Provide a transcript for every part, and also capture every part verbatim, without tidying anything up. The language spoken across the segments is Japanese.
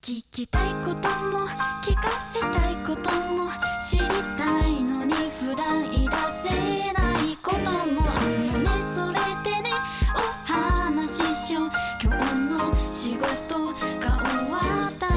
聞きたいことも聞かせたいことも知りたいのに普段言い出せないこともあのねそれでねお話ししよう今日の仕事が終わったら、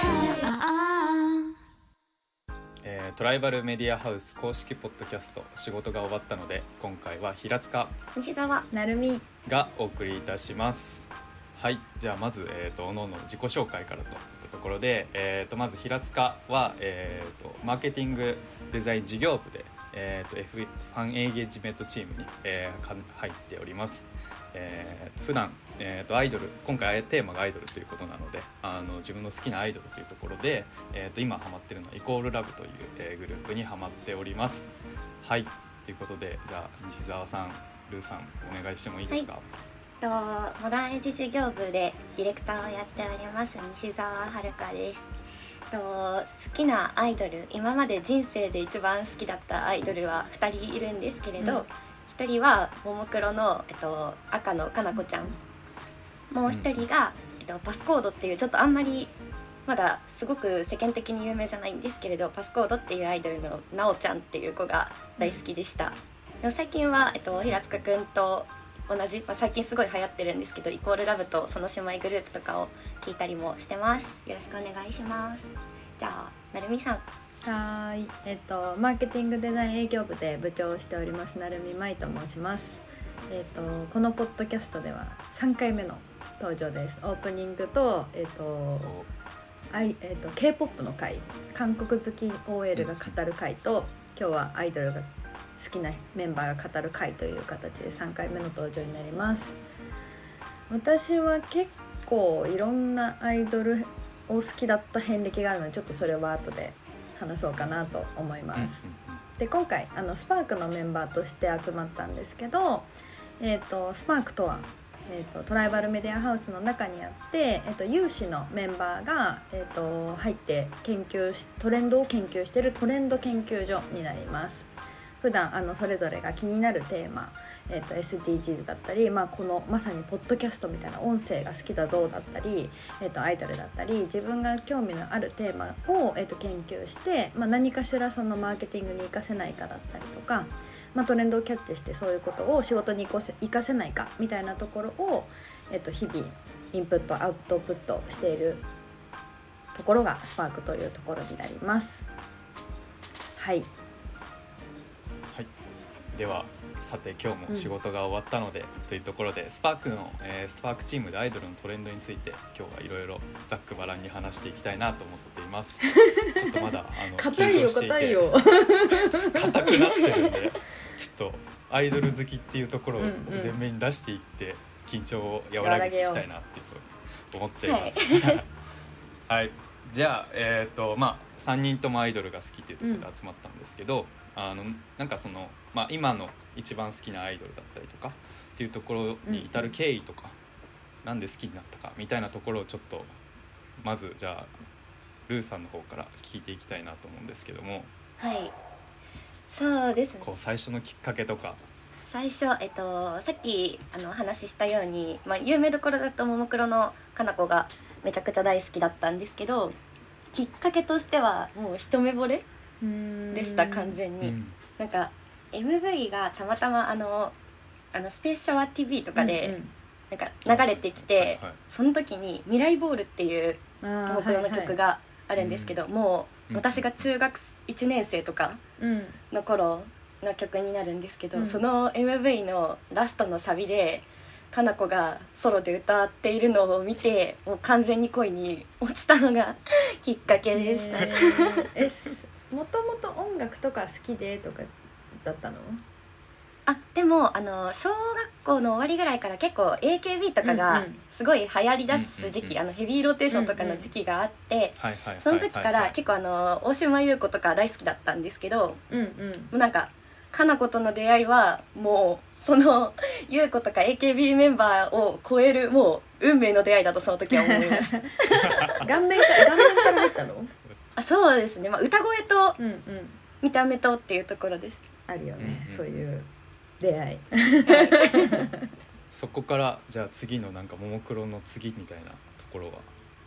えー、トライバルメディアハウス公式ポッドキャスト仕事が終わったので今回は平塚西澤なるみがお送りいたします。はい、じゃあまず、えー、とおのおの自己紹介からといったところで、えー、とまず平塚は、えー、とマーケティングデザイン事業部で、えー、と F ファンエンゲージメントチームに、えー、入っております。えー、と普段、えー、とアイドル今回テーマがアイドルということなのであの自分の好きなアイドルというところで、えー、と今ハマっているのはイコールラブという、えー、グループにハマっております。はいということでじゃあ西澤さんルーさんお願いしてもいいですか。はいとモダンエイジ事業部でディレクターをやっております西澤遥です。と好きなアイドル今まで人生で一番好きだったアイドルはふたりいるんですけれど、うん、ひとりはももクロの、えっと、赤のかなこちゃん、もうひとりが、えっと、パスコードっていうちょっとあんまりまだすごく世間的に有名じゃないんですけれどパスコードっていうアイドルのなおちゃんっていう子が大好きでした。でも最近は、えっと、平塚くんと同じ、まあ、最近すごい流行ってるんですけどイコールラブとその姉妹グループとかを聞いたりもしてます。よろしくお願いします。じゃあなるみさん。 はい、えっとマーケティングデザイン営業部で部長をしておりますなるみまいと申します。えっとこのポッドキャストではさんかいめの登場です。オープニングとえっとあいえっと K-ポップ の回、韓国好き オーエル が語る回と今日はアイドルが好きなメンバーが語る回という形でさんかいめの登場になります。私は結構いろんなアイドルを好きだった遍歴があるのでちょっとそれは後で話そうかなと思います。で今回あのスパークのメンバーとして集まったんですけど、えーと、スパークとは、えーと、トライバルメディアハウスの中にあって、えーと、有志のメンバーが、えーと、入って研究しトレンドを研究しているトレンド研究所になります。普段あのそれぞれが気になるテーマ、えー、と エスディージーズ だったり、まあ、このまさにポッドキャストみたいな音声が好きだぞだったり、えー、とアイドルだったり自分が興味のあるテーマを、えー、と研究して、まあ、何かしらそのマーケティングに活かせないかだったりとか、まあ、トレンドをキャッチしてそういうことを仕事に活かせないかみたいなところを、えー、と日々インプットアウトプットしているところがスパークというところになります。はいではさて今日も仕事が終わったので、うん、というところでスパークの、えー、スパークチームでアイドルのトレンドについて今日はいろいろざっくばらんに話していきたいなと思っています。ちょっとまだあの緊張していて硬くなってるんでちょっとアイドル好きっていうところを前面に出していって緊張を和らげていきたいなっていうふうに思っています。はい、はい、じゃあ、えーとまあ、さんにんともアイドルが好きっていうところで集まったんですけど、うんあのなんかその、まあ、今の一番好きなアイドルだったりとかっていうところに至る経緯とか、うん、なんで好きになったかみたいなところをちょっとまずじゃあルーさんの方から聞いていきたいなと思うんですけども。 はいそうですね。 こう最初のきっかけとか。 最初、えっと、さっきあの話したように、まあ、有名どころだとももクロのかなこがめちゃくちゃ大好きだったんですけどきっかけとしてはもう一目惚れでした完全に、うん、なんか エムブイ がたまたまあのあのスペースシャワー ティーブイ とかで、うんうん、なんか流れてきて、はいはい、その時にミライボールっていうももクロの曲があるんですけど、はいはい、もう私が中学いちねん生とかの頃の曲になるんですけど、うん、その エムブイ のラストのサビでかなこがソロで歌っているのを見てもう完全に恋に落ちたのがきっかけでした。 えもともと音楽とか好きでとかだったの？ あでもあの小学校の終わりぐらいから結構 エーケービー とかがすごい流行りだす時期、うんうん、あのヘビーローテーションとかの時期があって、その時から結構あの大島優子とか大好きだったんですけど、うんうん、もうなんかかなことの出会いはもうその優子とか エーケービー メンバーを超えるもう運命の出会いだとその時は思いました。 顔面から顔面から入ったの？ あそうですね、まあ、歌声と見た目とっていうところです。 あるよね、うんうん、そういう出会い。 そこからじゃあ次のなんかももクロの次みたいなところは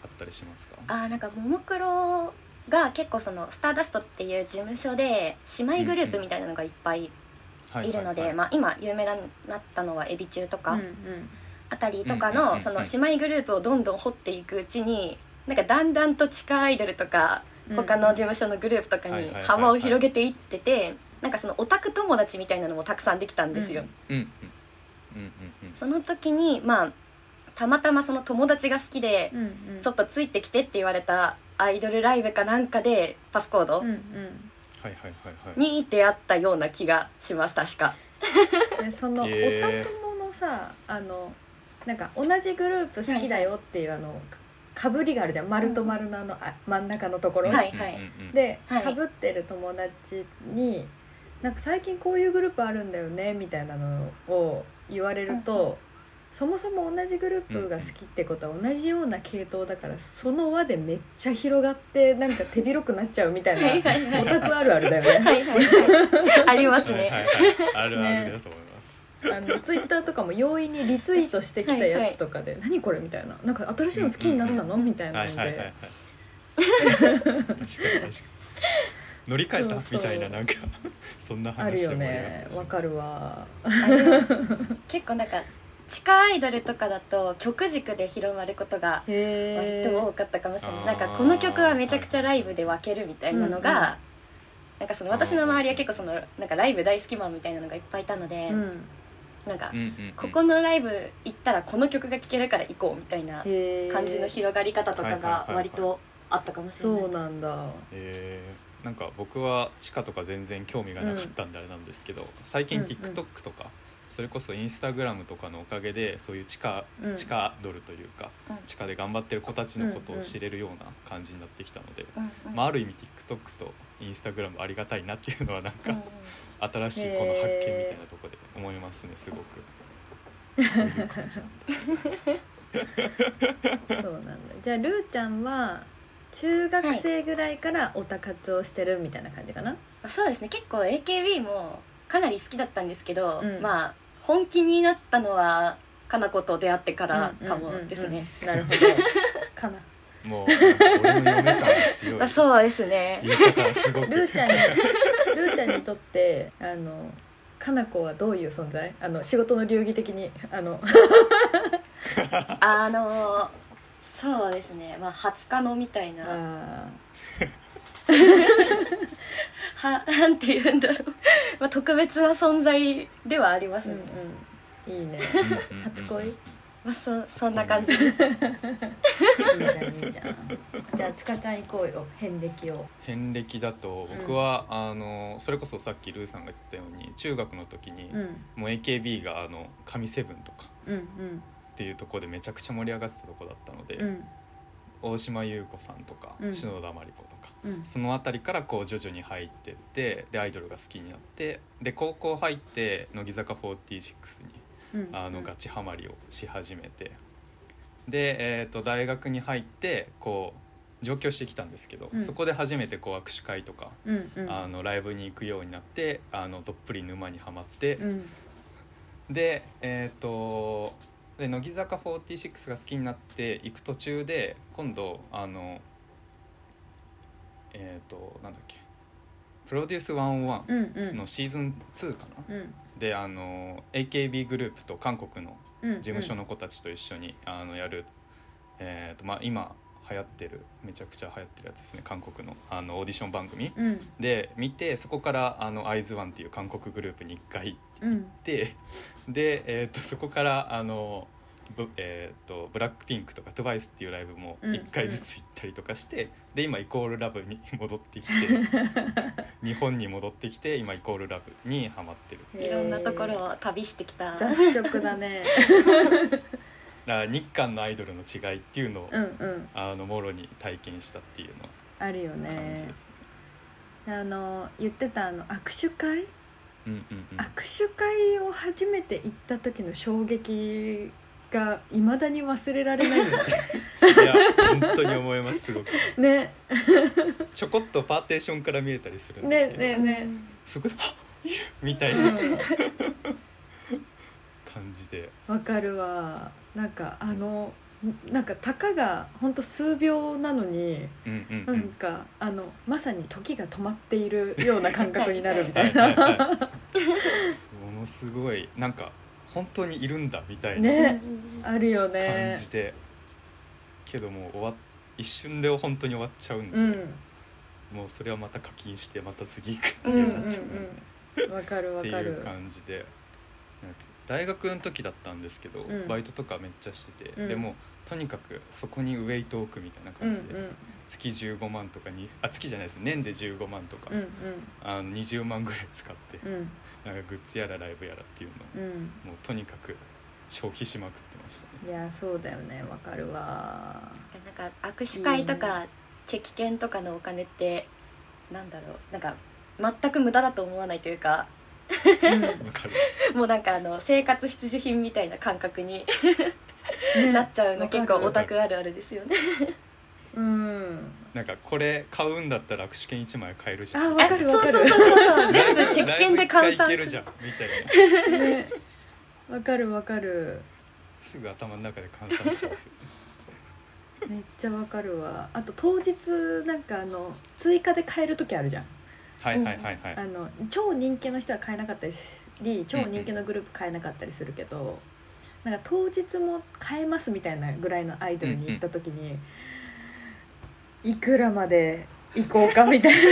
あったりしますか？ あーなんかももクロが結構そのスターダストっていう事務所で姉妹グループみたいなのがいっぱいいるので、まあ、今有名になったのはエビ中とか、 うんうんあたりとかうんうんうんうんのその姉妹グループをどんどん掘っていくうちになんかだんだんと地下アイドルとか他の事務所のグループとかに幅を広げていってて、なんかそのオタク友達みたいなのもたくさんできたんですよ。 うんうんうんうんうんその時にまあたまたまその友達が好きでうんうんちょっとついてきてって言われたアイドルライブかなんかでパスコードうんうんはいはいはいはいに出会ったような気がします確か。 でそのオタえー友のさあのなんか同じグループ好きだよっていうあのかぶりがあるじゃん、丸と丸のあのあ真ん中のところ、 はいはいうんうんうんではいかぶってる友達になんか最近こういうグループあるんだよねみたいなのを言われると、 うんうんそもそも同じグループが好きってことは同じような系統だからその輪でめっちゃ広がってなんか手広くなっちゃうみたいなはいはいはいオタクあるあるだよね。 はいはいはいありますね。 はいはいはい、あるあるだと思います、 あのツイッターとかも容易にリツイートしてきたやつとかで「何これ?」みたいな「なんか新しいの好きになったの?」みたいなのはいはいはいはいで確かに確かに乗り換えたそうそうみたいななんかそんなあるよ話で盛り上がねったりしますわかるわ。 あります結構なんか地下アイドルとかだと曲軸で広まることが割へと多ーかったかもしれない。 あーなんかこの曲はめちゃくちゃライブで分けるみたいなのが、 うんうんなんかその私の周りは結構そのなんかライブ大好きマンみたいなのがいっぱいいたので、 うんなんかうんうんうんここのライブ行ったらこの曲が聴けるから行こうみたいなへー感じの広がり方とかが割とあったかもしれない。 そうなんだ。 えーなんか僕は地下とか全然興味がなかったんであれなんですけど、最近うんうん TikTok とかそれこそインスタグラムとかのおかげでそういう地下、 うん地下アドルというかうん地下で頑張ってる子たちのことを知れるような感じになってきたので、 うんうんまあ、ある意味 TikTok とインスタグラムありがたいなっていうのはなんかうん新しいこの発見みたいなところで思いますね。すごくこういう感じなんだそうなんだ。じゃあルーちゃんは中学生ぐらいからオタ活をしてるみたいな感じかな。 そうですね結構 エーケービー もかなり好きだったんですけど、 うんまあ本気になったのはかな子と出会ってからかもですね。 うんうんうんうんなるほど。かな。 もうなんか俺の嫁感が強いあそうですね。 言い方はすごくルーちゃんにルーちゃんにとってあのかな子はどういう存在？あの仕事の流儀的にあのあのそうですねまあ初カノみたいなあはなんて言うんだろうまあ特別な存在ではありますーうね。 んうんいいね。 うんうんうん初恋？ まあそそんな感じです。 いいじゃんいいじゃん。じゃあつかちゃん行こうよ遍歴を。 遍歴だと僕は、うん、あのそれこそさっきルーさんが言ってたように中学の時に、 うんもう エーケービー があの神セブンとかうんうんっていうところでめちゃくちゃ盛り上がってたとこだったので、 うん大島優子さんとか、 うん篠田麻里子とかうんそのあたりからこう徐々に入ってってでアイドルが好きになってで高校入って乃木坂フォーティーシックスにうんあのガチハマりをし始めてで、えー、と大学に入ってこう上京してきたんですけど、 うんそこで初めてこう握手会とか、 うんうんあのライブに行くようになってあのどっぷり沼にはまって、 うんでえっ、とで乃木坂フォーティーシックスが好きになっていく途中で今度あのえっ、となんだっけプロデュースひゃくいちうんうんのシーズンツーかな、 うんであの エーケービー グループと韓国のうん事務所の子たちと一緒にあのやる、えーとまあ、今流行ってるめちゃくちゃ流行ってるやつですね韓国のあのオーディション番組うんで見てそこからあのアイズワンっていう韓国グループにいっかいうん行ってで、えー、とそこからあのブ,、えー、とブラックピンクとか トゥワイス っていうライブもいっかいずつ行ったりとかして、で今イコールラブに戻ってきて日本に戻ってきて今イコールラブにハマってるっていういろんなところを旅してきた。 雑食だね。 だから日韓のアイドルの違いっていうのを、 うんうんあのもろに体験したっていうのはあるよ感じねで。すね。 あの言ってたあの握手会うんうんうん、 握手会を初めて行った時の衝撃が未だに忘れられないんだよいや本当に思いますすごくねちょこっとパーテーションから見えたりするんですけど、 ねねねそこで「あいる!」みたいなうん感じで、 わかるわ。なんかあのなんかたかがほんと数秒なのに、 うんうんうなんんかあのまさに時が止まっているような感覚になるみたはいいなはいはいものすごいなんか本当にいるんだみたいなねあるよね感じで、けどもう終わっ一瞬で本当に終わっちゃうんで、 うんもうそれはまた課金してまた次行くってうんうんいうなっちゃううんわかるわっていうかる感じで、大学の時だったんですけど、 うんバイトとかめっちゃしてて、 うんでもとにかくそこにウェイトを置くみたいなうん感じで、 うん月じゅうごまんとかにあ月じゃないです年でじゅうごまんとか、 うんあのにじゅうまんぐらい使って、 うんなんかグッズやらライブやらっていうのを、 うんもうとにかく消費しまくってましたね。 いやそうだよねわかるわなんか握手会とかチェキ券とかのお金ってなんだろうなんか全く無駄だと思わないというかわかるもうなんかあの生活必需品みたいな感覚にねなっちゃうのわかる結構オタクあるあるですよね。 うんなんかこれ買うんだったら握手券いちまい買えるじゃん。 あわかるわかるそうそうそうそう全部チェキ券で換ライブ一回い算するけるじゃんみたいなねわかるわかるすぐ頭の中で換算しちゃうんですよめっちゃわかるわあと当日なんかあの追加で買える時あるじゃんはいはいはいはい、 あの超人気の人は買えなかったり超人気のグループ買えなかったりするけど、なんか当日も買えますみたいなぐらいのアイドルに行った時に、いくらまで行こうかみたい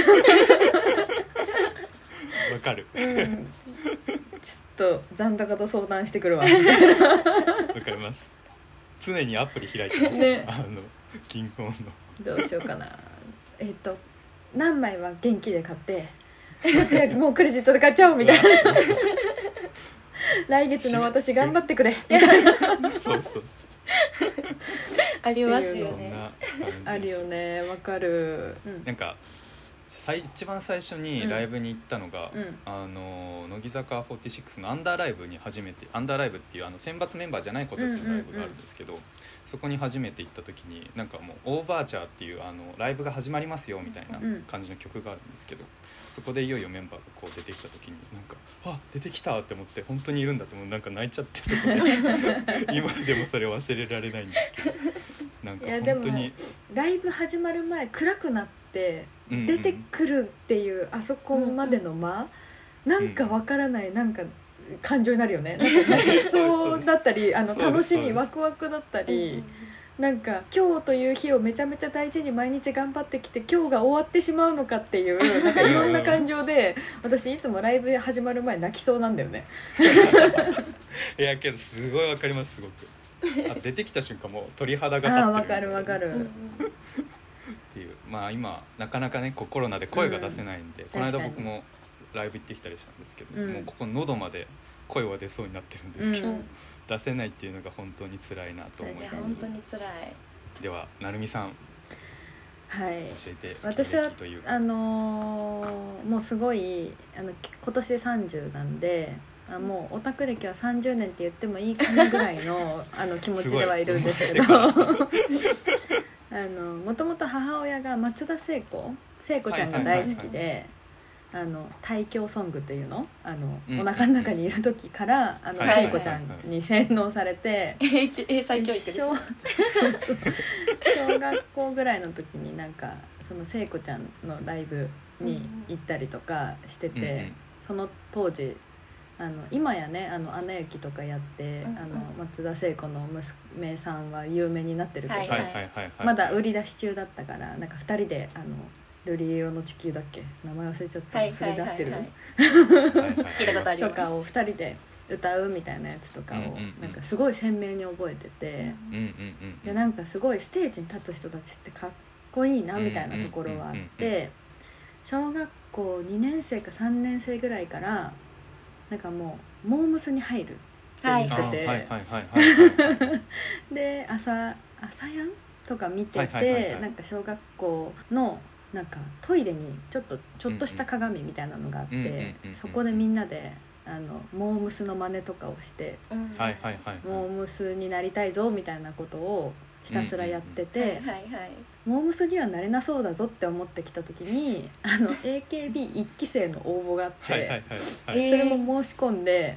なわかるうんちょっと残高と相談してくるわわかります常にアプリ開いてます、 ねあの銀行のどうしようかなえっと何枚は現金で買ってじゃあもうクレジットで買っちゃおうみたいなそうそう来月の私頑張ってくれみたいなそうそうそうありますっていうよね。 そんな感じですあるよねわかるうんなんか最一番最初にライブに行ったのが、 うんあの乃木坂フォーティシックスのアンダーライブに初めてアンダーライブっていうあの選抜メンバーじゃない子たちのライブがあるんですけど、そこに初めて行った時になんかもうオーバーチャーっていうあのライブが始まりますよみたいな感じの曲があるんですけど、そこでいよいよメンバーがこう出てきた時になんかあ出てきたって思って本当にいるんだってもうなんか泣いちゃってそこで今でもそれ忘れられないんですけどなんかいやでも本当にライブ始まる前暗くなってうんうん出てくるっていうあそこまでの間、なんかわからないなんか感情になるよね。なんか泣きそうだったりあのそうです楽しみそうですワクワクだったり、なんか今日という日をめちゃめちゃ大事に毎日頑張ってきて今日が終わってしまうのかっていうなんかいろんな感情で私いつもライブ始まる前泣きそうなんだよね。 いやけどすごいわかりますすごくあ出てきた瞬間もう鳥肌が立ってるああわかるわかる。 っていうまあ今なかなかねこうコロナで声が出せないんで、 うんこの間確かに僕もライブ行ってきたりしたんですけど、 うんもうここ喉まで声は出そうになってるんですけど、 うん出せないっていうのが本当に辛いなと思いいやつつ、 本当に辛い。 ではなるみさんはい。 教えて私は経歴というかあのーもうすごいあのき今年でさんじゅうなんであもうオタク歴はさんじゅうねんって言ってもいいかなぐらいのあの気持ちではいるんですけどすごいあのもともと母親が松田聖子聖子ちゃんが大好きであの胎教ソングっていうのあの、 うんお腹の中にいる時からあのはい聖子ちゃんに洗脳されて。 英才教育ですね。 小そうそう小学校ぐらいの時になんかその聖子ちゃんのライブに行ったりとかしてて、 うんうんその当時あの今やね「あのアナ雪」とかやって、 うんうんあの松田聖子の娘さんは有名になってるけど、 はいはいはいはいはいまだ売り出し中だったからなんかふたりであの瑠璃色の地球だっけ名前忘れちゃった、 はいそれで合ってる、 はいはいはい聞いたことありますとかをふたりで歌うみたいなやつとかをうんうんうんなんかすごい鮮明に覚えてて。 うんうんうんでなんかすごいステージに立つ人たちってかっこいいなみたいなところはあっうんうんうんうんて小学校にねん生かさんねん生ぐらいからなんかもうモームスに入るって言ってあーて、 はいはいはいはいはいで朝朝やんとか見てはいはいはいはいてなんか小学校のなんかトイレにちょっとちょっとした鏡みたいなのがあっうんうんうんてうんそこでみんなであのモームスの真似とかをしてうんはいはいはいモームスになりたいぞみたいなことをひたすらやってて、 はいはいはい。 モームスにはなれなそうだぞって思ってきた時にあの エーケービーいっ 期生の応募があって、 はいはいはいはいえーそれも申し込んで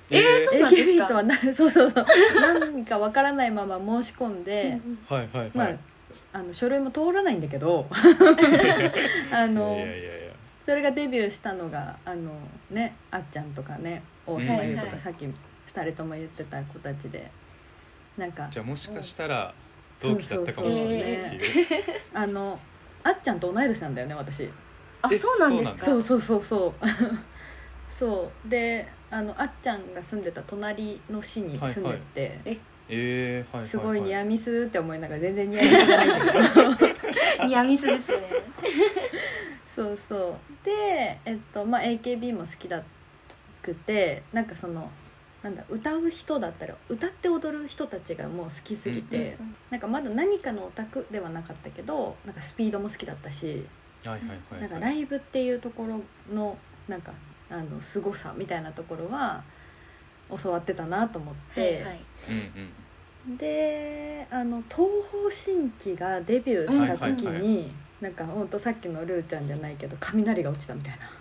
えー、 そうなんですかエーケービー とはなそうそうそう何かわからないまま申し込んではいはいはい、 まああの書類も通らないんだけどあのいやいやいやいやそれがデビューしたのがあのねあっちゃんとかね大島優とはいはいかさっきふたりとも言ってた子たちでなんかじゃあもしかしたら同期だったかもしれないっていう、 あのあっちゃんと同い年なんだよね私。 あ、そうなんですか。 そうそうそうそうそうであのあっちゃんが住んでた隣の市に住んでて、 はいはいえーはいはいはい、 すごいニアミスって思いながら全然ニアミスじゃないんだけどニアミスですねそうそうで、えっとまあ、エーケービー も好きだくてなんかそのなんだ歌う人だったり歌って踊る人たちがもう好きすぎて、 うんうん、 なんかまだ何かのオタクではなかったけどなんかスピードも好きだったし、 はいはいはいはい、 なんかライブっていうところのなんかあの凄さみたいなところは教わってたなと思って、 はいはいうんうん、 であの東方神起がデビューした時に、 はいはいはい、 なんかほんとさっきのルーちゃんじゃないけど雷が落ちたみたいな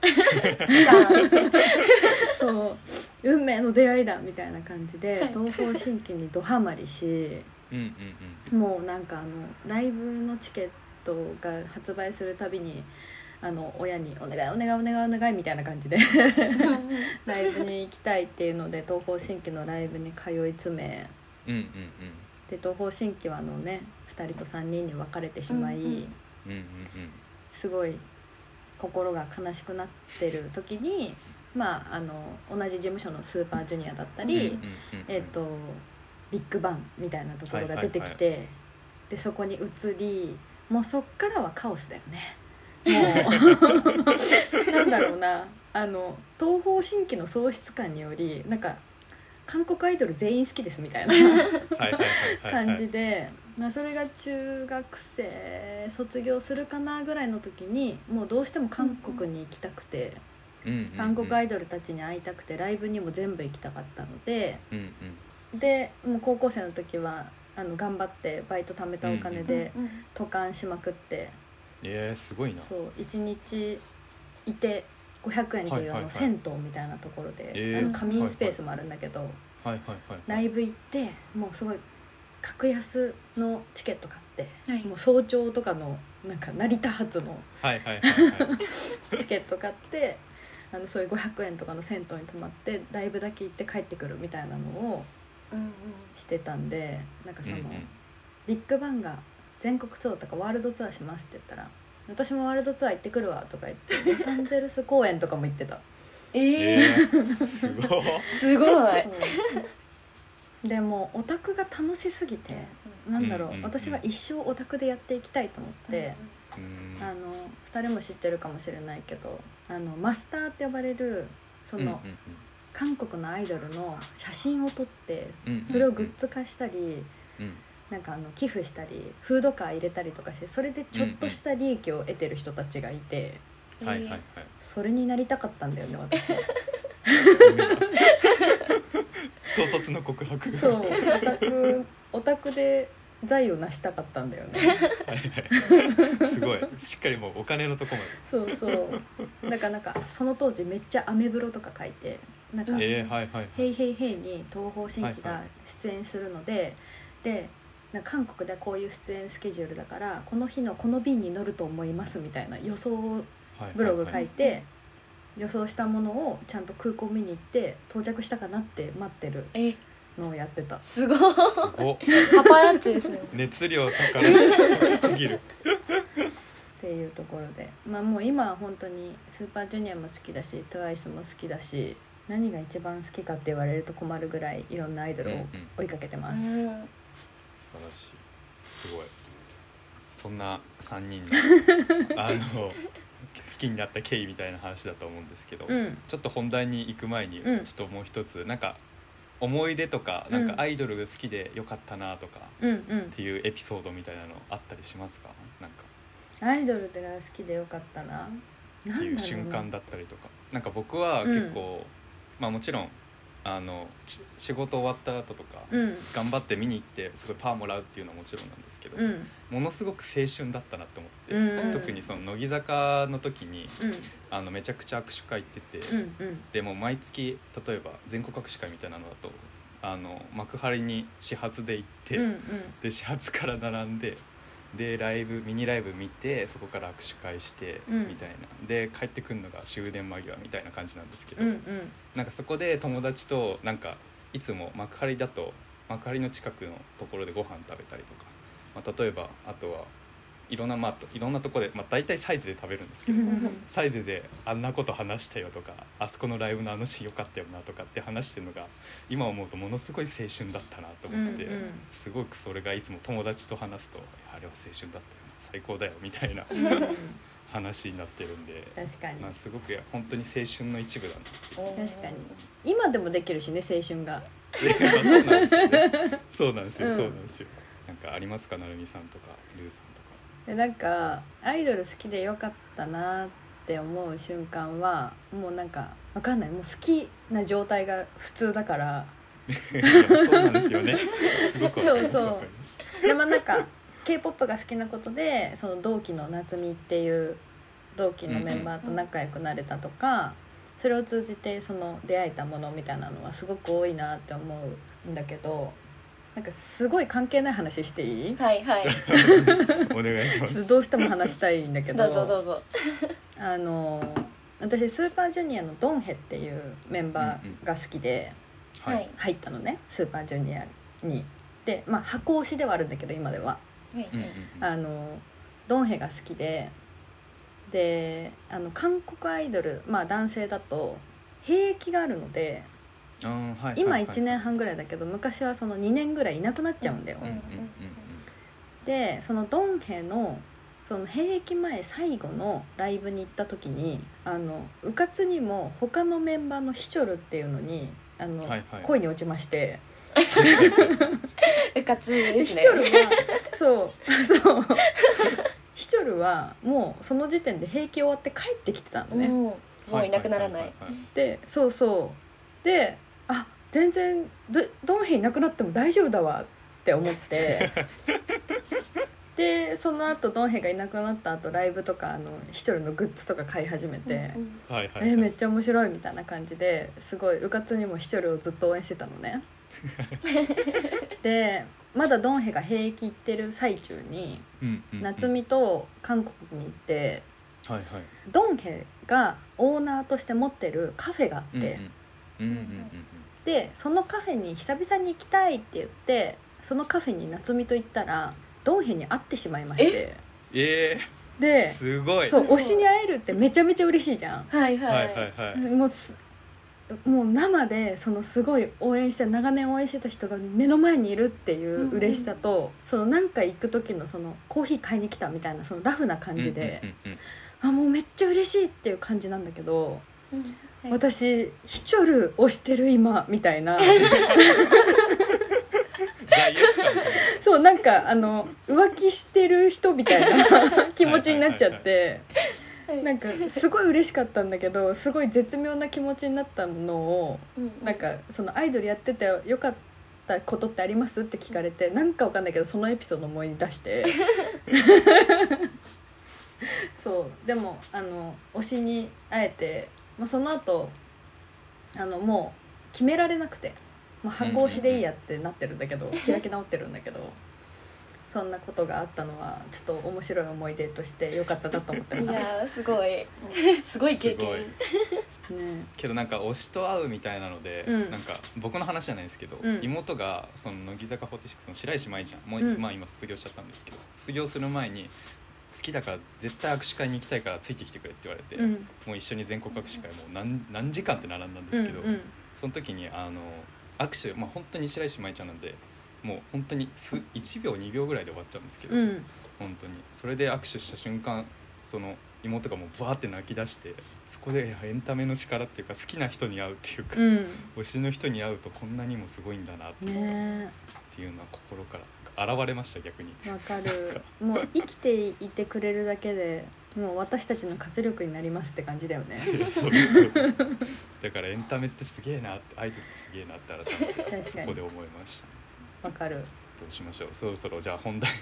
そう運命の出会いだみたいな感じで、はい、東方神起にドハマりし、 うんうんうん、 もうなんかあのライブのチケットが発売するたびにあの親にお願いお願いお願いお願いみたいな感じでライブに行きたいっていうので東方神起のライブに通い詰め、 うんうんうん、 で東方神起はあのねふたりとさんにんに分かれてしまい、うんうんうん、すごい心が悲しくなってる時に、まあ、あの同じ事務所のスーパージュニアだったり、うんうんうん、えーと、ビッグバンみたいなところが出てきて、はいはいはい、でそこに移りもうそっからはカオスだよね。もうなんだろうなあの東方神起の喪失感によりなんか韓国アイドル全員好きですみたいな感じで、まあ、それが中学生卒業するかなぐらいの時にもうどうしても韓国に行きたくて、うんうん、韓国アイドルたちに会いたくてライブにも全部行きたかったので、うんうん、でもう高校生の時はあの頑張ってバイト貯めたお金で渡韓しまくって、 えー、すごいな。 そういちにちいてごひゃくえんというあの銭湯みたいなところで、あの仮眠スペースもあるんだけど、ライブ行ってもうすごい格安のチケット買って、はい、もう早朝とかのなんか成田発のチケット買ってあのそういうごひゃくえんとかの銭湯に泊まってライブだけ行って帰ってくるみたいなのをしてたんで、なんかその、うんうん、ビッグバンが全国ツアーとかワールドツアーしますって言ったら私もワールドツアー行ってくるわとか言ってロサンゼルス公演とかも行ってた。 えー、 すごいすごいでもオタクが楽しすぎてなんだろう、うんうんうん、私は一生オタクでやっていきたいと思って、うんうん、あのふたりも知ってるかもしれないけどあのマスターって呼ばれるその、うんうんうん、韓国のアイドルの写真を撮ってそれをグッズ化したり、うんうんうんなんかあの寄付したりフードカー入れたりとかしてそれでちょっとした利益を得てる人たちがいて、 うんうん、 それになりたかったんだよね私唐突の告白そうオタクオタクで財を成したかったんだよねはいはいすごいしっかりもうお金のとこまでそうそうだからなんかその当時めっちゃアメブロとか書いてなんか、 えーはいはいはい、 ヘイヘイヘイに東方神起が出演するので、はいはい、で韓国ではこういう出演スケジュールだからこの日のこの便に乗ると思いますみたいな予想ブログ書いて、はいはいはい、予想したものをちゃんと空港見に行って到着したかなって待ってるのをやってた。 すごいすごパパラッチですね熱量高すぎるっていうところで、まあ、もう今は本当にスーパージュニアも好きだし トゥワイス も好きだし何が一番好きかって言われると困るぐらいいろんなアイドルを追いかけてます、うんうん素晴らしいすごいそんなさんにんのあの好きになった経緯みたいな話だと思うんですけど、うん、ちょっと本題に行く前にちょっともう一つ、うん、なんか思い出とか、なんかアイドルが好きでよかったなとかっていうエピソードみたいなのあったりしますか？なんかアイドルが好きでよかったなっていう瞬間だったりとか、なんか僕は結構、うん、まあもちろんあの仕事終わった後とか、 うん、 頑張って見に行ってすごいパワーもらうっていうのはもちろんなんですけど、 うん、 ものすごく青春だったなって思ってて、 うん、 特にその乃木坂の時に、 うん、 あのめちゃくちゃ握手会行ってて、 うん、うん、 でも毎月例えば全国握手会みたいなのだとあの幕張に始発で行って、 うん、うん、 で始発から並んででライブミニライブ見てそこから握手会して、 うん、 みたいなで帰ってくるのが終電間際みたいな感じなんですけど、 うん、うん、 なんかそこで友達となんかいつも幕張だと幕張の近くのところでご飯食べたりとか、まあ、例えばあとはいろんな、まあ、いろんなところで、まあ、大体サイズで食べるんですけどサイズであんなこと話したよとかあそこのライブのあのシーンよかったよなとかって話してるのが今思うとものすごい青春だったなと思って、 うんうん、 すごくそれがいつも友達と話すとあれは青春だったよな最高だよみたいな話になってるんで、 確かに、 まあ、すごく本当に青春の一部だなって確かに今でもできるしね青春がそうなんですよねそうなんですよ、 うん、 そうなんですよ。なんかありますかなるみさんとかルーさんとか。 でなんかアイドル好きでよかったなって思う瞬間はもうなんかわかんないもう好きな状態が普通だからそうなんですよねすごくわかります。 そうそうわかります。 でもなんか K-ポップ が好きなことでその同期の夏美っていう同期のメンバーと仲良くなれたとか、それを通じてその出会えたものみたいなのはすごく多いなって思うんだけど、なんかすごい関係ない話していい？ はいはいお願いします。 どうしても話したいんだけどどうぞどうぞあの私スーパージュニアのドンヘっていうメンバーが好きではい入ったのね、スーパージュニアに。で、まあ箱推しではあるんだけど今でははいうんうんうんあのドンヘが好きで、であの韓国アイドル、まあ男性だと兵役があるので、 あーはいはいはい、 今いちねんはんぐらいだけど昔はそのにねんぐらいいなくなっちゃうんだよ、 うんうんうんでそのドンヘのその兵役前最後のライブに行った時にあのうかつにも他のメンバーのヒチョルっていうのにあの、 はいはい、 恋に落ちましてうかつですねヒチョルはそうそうヒチョルはもうその時点で兵役終わって帰ってきてたのね、 うんもういなくならないでそうそうであ全然ドドンヘいなくなっても大丈夫だわって思ってでその後ドンヘがいなくなった後ライブとかあのヒチョルのグッズとか買い始めて、 うんうんはいはいはい、 えーめっちゃ面白いみたいな感じですごいうかつにもヒチョルをずっと応援してたのねでまだドンヘが兵役行ってる最中に、 うんうんうん、 夏美と韓国に行ってはいはい、 ドンヘがオーナーとして持ってるカフェがあって、 うんうんうんうんうんでそのカフェに久々に行きたいって言ってそのカフェに夏美と行ったらドンヘに会ってしまいましてえー、 ですごいそう推しに会えるってめちゃめちゃ嬉しいじゃん、 はいはい、 はいはいはい、 もうすもう生でそのすごい応援して長年応援してた人が目の前にいるっていう嬉しさと、うんうん、その何か行く時のそのコーヒー買いに来たみたいなそのラフな感じで、 うんうんうんうん、 あもうめっちゃ嬉しいっていう感じなんだけど、 うんはい、 私ヒチョル推してる今みたいな罪悪感みたいなそうなんかあの浮気してる人みたいな気持ちになっちゃってなんかすごい嬉しかったんだけどすごい絶妙な気持ちになったのをなんかそのアイドルやっててよかったことってありますって聞かれてなんかわかんないけどそのエピソード思い出してそうでもあの推しに会えて、まあ、その後あのもう決められなくて、まあ、箱推しでいいやってなってるんだけど開き直ってるんだけどそんなことがあったのはちょっと面白い思い出としてよかったなと思っています。 やすごいすごい経験ね、 けどなんか推しと会うみたいなので、 うん、 なんか僕の話じゃないですけど、 うん、 妹がその乃木坂フォーティシックスの白石麻衣ちゃんもう、 うん、 まあ今卒業しちゃったんですけど卒業する前に好きだから絶対握手会に行きたいからついてきてくれって言われて、 うん、 もう一緒に全国握手会もう 何, 何時間って並んだんですけど、 うんうん、 その時にあの握手、まあ、本当に白石麻衣ちゃんなんでもう本当にすいちびょうにびょうぐらいで終わっちゃうんですけど、 うん、 本当にそれで握手した瞬間その妹がもうバーって泣き出してそこでエンタメの力っていうか好きな人に会うっていうか、 うん、 推しの人に会うとこんなにもすごいんだなっていう,、ね、っていうのは心から現れました逆に。 わかる。もう生きていてくれるだけでもう私たちの活力になりますって感じだよね。 いやそうですそうです。だからエンタメってすげえなって、アイドルってすげえなって改めてそこで思いましたね。 わかる。 どうしましょう、そろそろじゃあ本題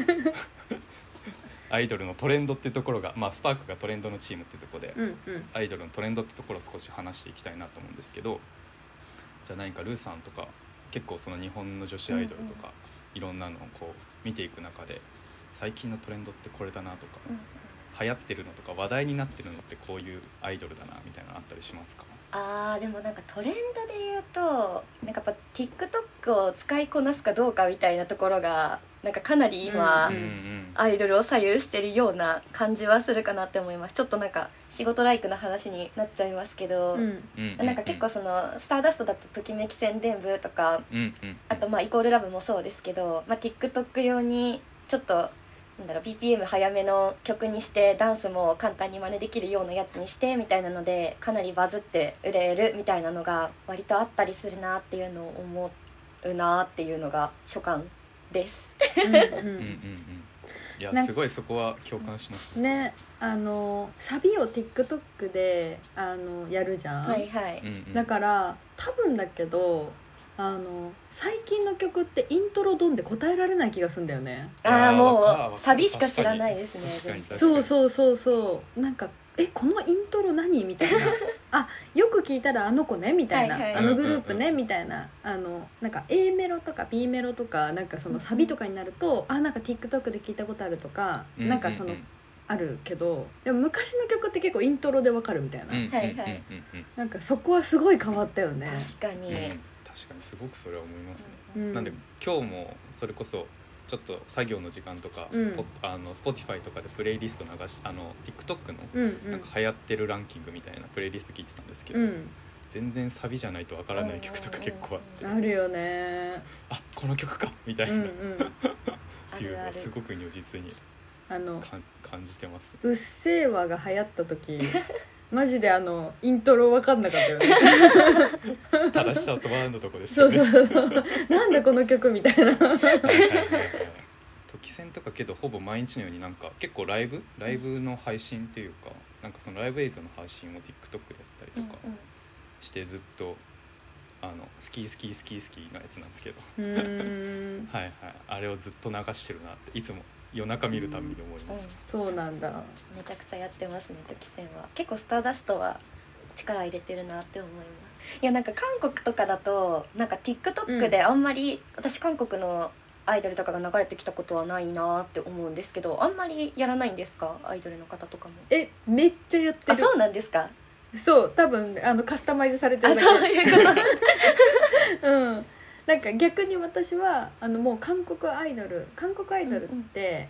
アイドルのトレンドっていうところが、まあ、スパークがトレンドのチームっていうところで、 うんうん、 アイドルのトレンドってところを少し話していきたいなと思うんですけど、じゃあ何かルーさんとか結構その日本の女子アイドルとか、うんうん、いろんなのをこう見ていく中で最近のトレンドってこれだなとか、うんうん、流行ってるのとか話題になってるのってこういうアイドルだなみたいなのあったりしますか？ あーでもなんかトレンドで言うとなんかやっぱ TikTok を使いこなすかどうかみたいなところがなんかかなり今、うんうん、アイドルを左右してるような感じはするかなって思います。ちょっとなんか仕事ライクな話になっちゃいますけど、うん、なんか結構そのスターダストだとときめき宣伝部とか、うんうん、あとまあイコールラブもそうですけど、まあ、TikTok 用にちょっとなんだろう ビーピーエム 早めの曲にしてダンスも簡単に真似できるようなやつにしてみたいなのでかなりバズって売れるみたいなのが割とあったりするなっていうのを思うなっていうのが所感ですうん、うんうんうん、 いやすごいそこは共感しますね。ね、あのサビを TikTok であのやるじゃん、 はいはい、 だから多分だけどあの最近の曲ってイントロドンで答えられない気がするんだよね。 ああもうサビしか知らないですね。 そうそうそうそうなんかえこのイントロ何みたいなあよく聞いたらあの子ねみたいな、はいはい、あのグループね、うんうん、みたいなあのなんか A メロとか B メロとかなんかそのサビとかになると、うん、あなんか TikTok で聞いたことあるとか、うんうん、なんかそのあるけどでも昔の曲って結構イントロでわかるみたいな、 はいはい、 なんかそこはすごい変わったよね。 確かに、 うん確かにすごくそれは思いますね、うん、なんで今日もそれこそちょっと作業の時間とか、うん、あの Spotify とかでプレイリスト流しあの TikTok のなんか流行ってるランキングみたいなプレイリスト聞いてたんですけど、うん、全然サビじゃないとわからない曲とか結構あって、 あるよねあこの曲かみたいな、うんうん、っていうのはすごく如実にあの感じてます、ね、 うっせぇわが流行った時マジであのイントロ分かんなかったよね正しさとバンドとこですよね。 そうそうそうなんだこの曲みたいな時戦とかけどほぼ毎日のようになんか結構ライブライブの配信っていうかなんかそのライブ映像の配信を TikTok でやってたりとかしてずっとあのスキースキースキースキーのやつなんですけどうーんはいはいあれをずっと流してるなっていつも夜中見るたびに思います、 うんうん、そうなんだめちゃくちゃやってますね時戦は。結構スターダストは力入れてるなって思います。いやなんか韓国とかだとなんか TikTok であんまり、うん、私韓国のアイドルとかが流れてきたことはないなって思うんですけどあんまりやらないんですかアイドルの方とかも。 えめっちゃやってる。 あそうなんですか。 そう多分あのカスタマイズされてるだけ。 あそういうことうんなんか逆に私はあのもう韓国アイドル韓国アイドルって、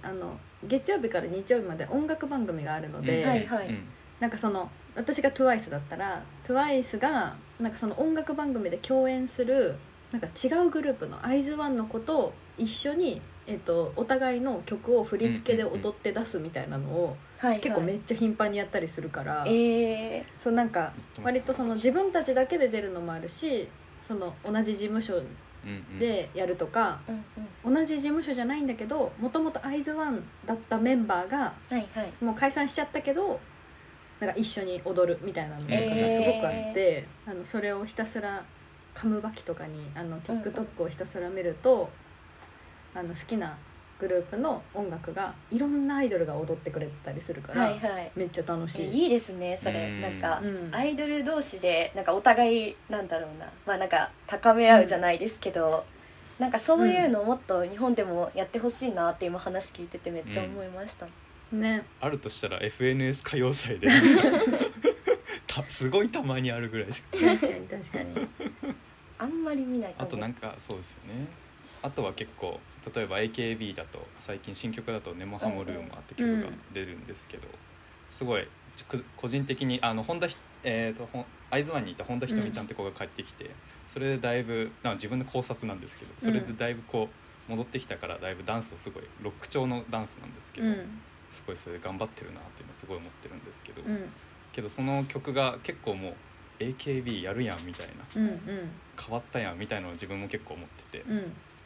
うんうん、あの月曜日から日曜日まで音楽番組があるので、 うんはいはい、 なんかその私が トゥワイス だったら トゥワイス がなんかその音楽番組で共演するなんか違うグループのアイズワンの子と一緒に、えっと、お互いの曲を振り付けで踊って出すみたいなのを、うんうんうん、結構めっちゃ頻繁にやったりするから、はいはい、そうなんか割とその自分たちだけで出るのもあるしその同じ事務所でやるとか、うんうん、同じ事務所じゃないんだけどもともとアイズワンだったメンバーが、はいはい、もう解散しちゃったけどなんか一緒に踊るみたいなのがすごくあって、えー、あのそれをひたすらカムバキとかにあの TikTok をひたすら見ると、うんうん、あの好きなグループの音楽がいろんなアイドルが踊ってくれたりするから、はいはい、めっちゃ楽しい。 いいですねそれ。なんか、うん、アイドル同士でなんかお互いなんだろうなまあなんか高め合うじゃないですけど、うん、なんかそういうのをもっと日本でもやってほしいなって今話聞いててめっちゃ思いました、 うんね、 あるとしたら エフエヌエス 歌謡祭ですごいたまにあるぐらいしか確かに確かにあんまり見ないかも。 あとなんかそうですよね。あとは結構例えば エーケービー だと最近新曲だとネモハモルームあって曲が出るんですけど、うん、すごい個人的にあの本田えーとアイズワンにいた本田ひとみちゃんって子が帰ってきて、うん、それでだいぶなんか自分の考察なんですけどそれでだいぶこう戻ってきたからだいぶダンスをすごいロック調のダンスなんですけど、うん、すごいそれで頑張ってるなっていうのはすごい思ってるんですけど、うん、けどその曲が結構もう エーケービー やるやんみたいな、うんうん、変わったやんみたいなのを自分も結構思ってて、うん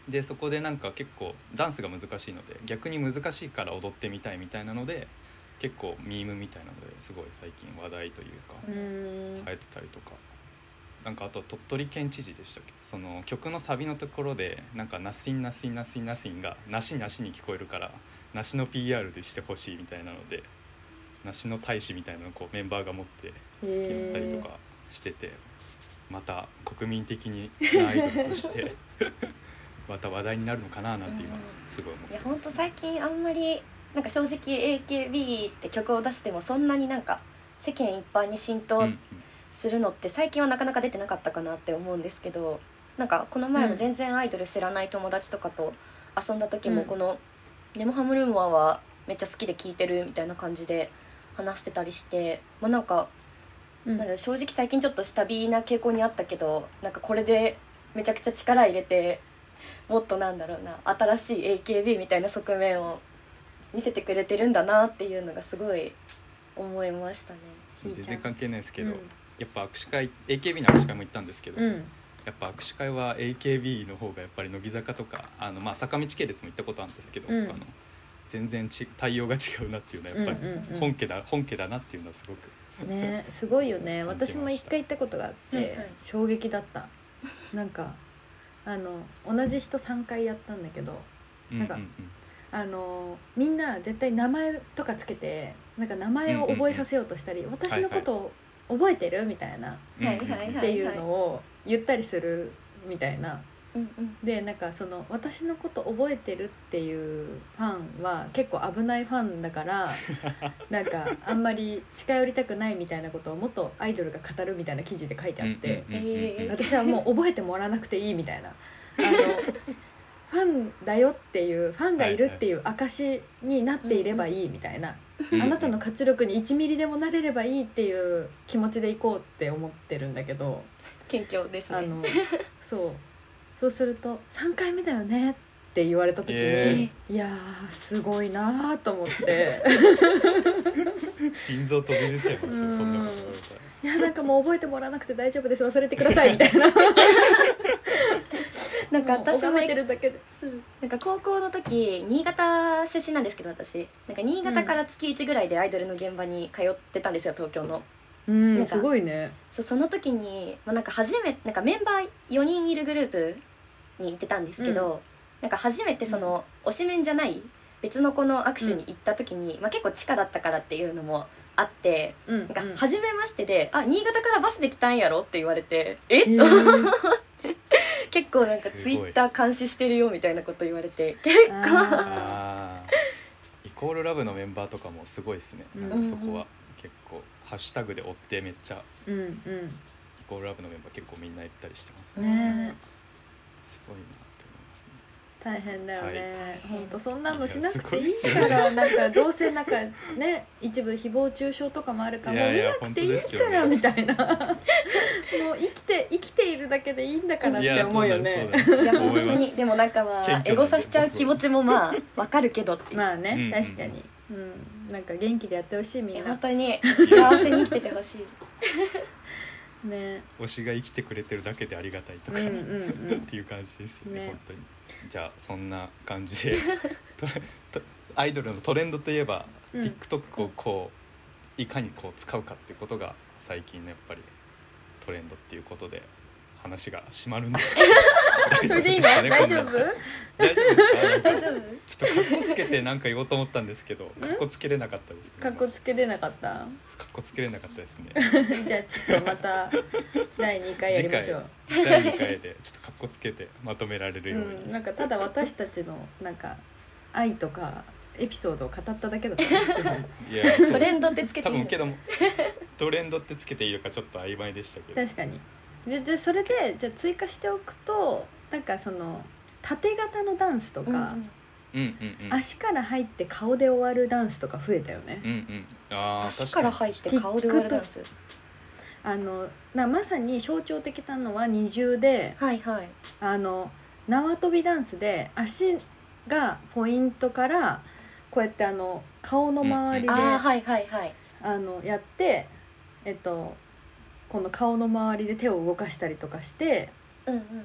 でそこでなんか結構ダンスが難しいので逆に難しいから踊ってみたいみたいなので結構ミームみたいなのですごい最近話題というかうーん流行ってたりとか、なんかあと鳥取県知事でしたっけ、その曲のサビのところでなんかナッシンナッシンナッシンナッシンがなしなしに聞こえるから梨の ピーアール でしてほしいみたいなので梨の大使みたいなのをこうメンバーが持ってやったりとかしてて、また国民的になアイドルとしてまた話題になるのかななんて今すごい思ってます。 いや本当最近あんまりなんか正直 エーケービー って曲を出してもそんなになんか世間一般に浸透うんうんするのって最近はなかなか出てなかったかなって思うんですけど、なんかこの前も全然アイドル知らない友達とかと遊んだ時もうんこのネモハムルーモアはめっちゃ好きで聴いてるみたいな感じで話してたりして、まあ、なんかうんなんか正直最近ちょっと下火な傾向にあったけど、なんかこれでめちゃくちゃ力入れてもっとなんだろうな新しい エーケービー みたいな側面を見せてくれてるんだなっていうのがすごい思いましたね。 全然関係ないですけど、 うんやっぱ握手会 エーケービー の握手会も行ったんですけど、 うんやっぱ握手会は エーケービー の方がやっぱり乃木坂とかあの、まあ、坂道系列も行ったことあるんですけど、 うん他の全然ち対応が違うなっていうのはやっぱりうんうんうん本家だ、本家だなっていうのはすごくねすごいよね。 感じました私も一回行ったことがあって、 はいはい衝撃だった。なんかあの同じ人さんかいやったんだけど、 うんなんかあのみんな絶対名前とかつけてなんか名前を覚えさせようとしたり、私のことを覚えてるみたいなうんうんうんはいはいはいっていうのを言ったりするみたいな。 うんうんでなんかその私のこと覚えてるっていうファンは結構危ないファンだからなんかあんまり近寄りたくないみたいなことをもっとアイドルが語るみたいな記事で書いてあって、 うんうんうんうんえー私はもう覚えてもらわなくていいみたいなあのファンだよっていうファンがいるっていう証になっていればいいみたいな、 うんあなたの活力にいちミリでもなれればいいっていう気持ちでいこうって思ってるんだけど、 謙虚ですね。 あのそうそうするとさんかいめだよねって言われた時に、 えいやーすごいなーと思って心臓飛び出ちゃいますうんよそんなこと言われたら。 いやなんかもう覚えてもらわなくて大丈夫です忘れてくださいみたいななんか私ももう拝めてるだけでなんか高校の時新潟出身なんですけど、私なんか新潟から月いちぐらいでアイドルの現場に通ってたんですよ、東京の。 うんなんかすごいね。 そうその時に、まあ、なんか初めなんかメンバーよにんいるグループに行ってたんですけど、 うんなんか初めてその、推しメンじゃない別の子の握手に行った時に、まあ、結構地下だったからっていうのもあって、 うんなんかうん初めましてで「あ新潟からバスで来たんやろ?」って言われて「えっ?」 へとー結構なんかすごいツイッター監視してるよみたいなこと言われて結構ああーイコールラブのメンバーとかもすごいですね、 うんなんかそこは結構ハッシュタグで追ってめっちゃーうんイコールラブのメンバー結構みんな言ったりしてますうね、 んねすごいなと思いますね。 大変だよね、 はいほんとそんなのしなくていいいやすごいっすよからなんかどうせなんかね一部誹謗中傷とかもあるからもう見いやいやなくていいか本当ですよねらみたいなもう生きて生きているだけでいいんだからって思うよね。 いやそうなんですそういやなんです思本当いますにでもなんかまあ謙虚なんでエゴさせちゃう気持ちもまあわかるけどっていう、 まあね、 うんうん確かに、うん、なんか元気でやってほしいみいやんな本当に幸せに生きててほしいね。 推しが生きてくれてるだけでありがたいとか、 うんうんうんっていう感じですよねね本当に。じゃあそんな感じでととアイドルのトレンドといえば、 うん TikTok をこういかにこう使うかっていうことが最近のやっぱりトレンドっていうことで話が締まるんですけど大丈夫それでいいのですかね大丈夫こんな大丈夫ですかなんか大丈夫ちょっとカッコつけてなんか言おうと思ったんですけどカッコつけれなかったですねかっこつけれなかったカッコつけれなかったですねじゃあちょっとまただいにかいやりましょう。 だいにかいでちょっとカッコつけてまとめられるように、 うん、なんかただ私たちのなんか愛とかエピソードを語っただけだったね基本いやそうですトレンドってつけていいの多分けどもトレンドってつけていいのかちょっと曖昧でしたけど確かに。ででそれでじゃあ追加しておくとなんかその縦型のダンスとか、 うんうんうんうんうん足から入って顔で終わるダンスとか増えたよね。 うんうんあー足から入って顔で終わるダンスあのなまさに象徴的なのは二重ではいはいあの縄跳びダンスで足がポイントからこうやってあの顔の周りで、 あーはいはいはいあのやってえっとこの顔の周りで手を動かしたりとかしてうんうんうん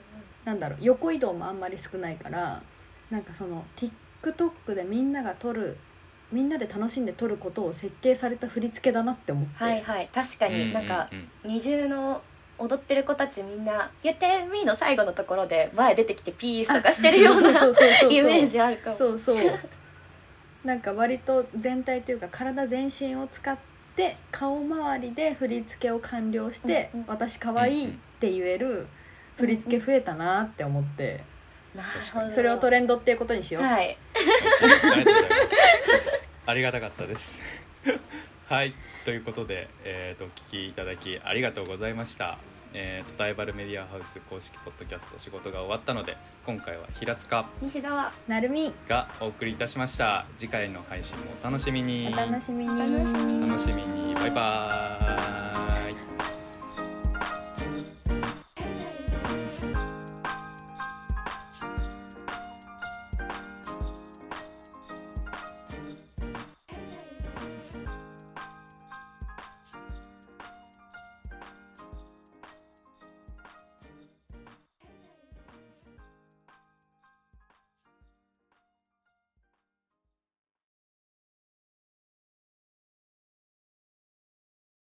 なんだろう横移動もあんまり少ないからなんかその TikTok でみんなが撮るみんなで楽しんで撮ることを設計された振り付けだなって思って、 はいはい確かになんか二重の踊ってる子たちみんな「やってみ」の最後のところで前出てきてピースとかしてるようなイメージあるかも。 そうそうなんか割と全体というか体全身を使って顔周りで振り付けを完了して、うんうん、私可愛いって言える振り付け増えたなって思って、 うんうん、なるほどそれをトレンドっていうことにしよう。 はい、 ありがとうございますありがたかったですはいということで、えー、とお聞きいただきありがとうございました。えー、とダイバルメディアハウス公式ポッドキャスト仕事が終わったので今回は平塚西澤なるみがお送りいたしました。次回の配信もお楽しみに。 お楽しみに。 お楽しみに。 楽しみに。バイバーイ。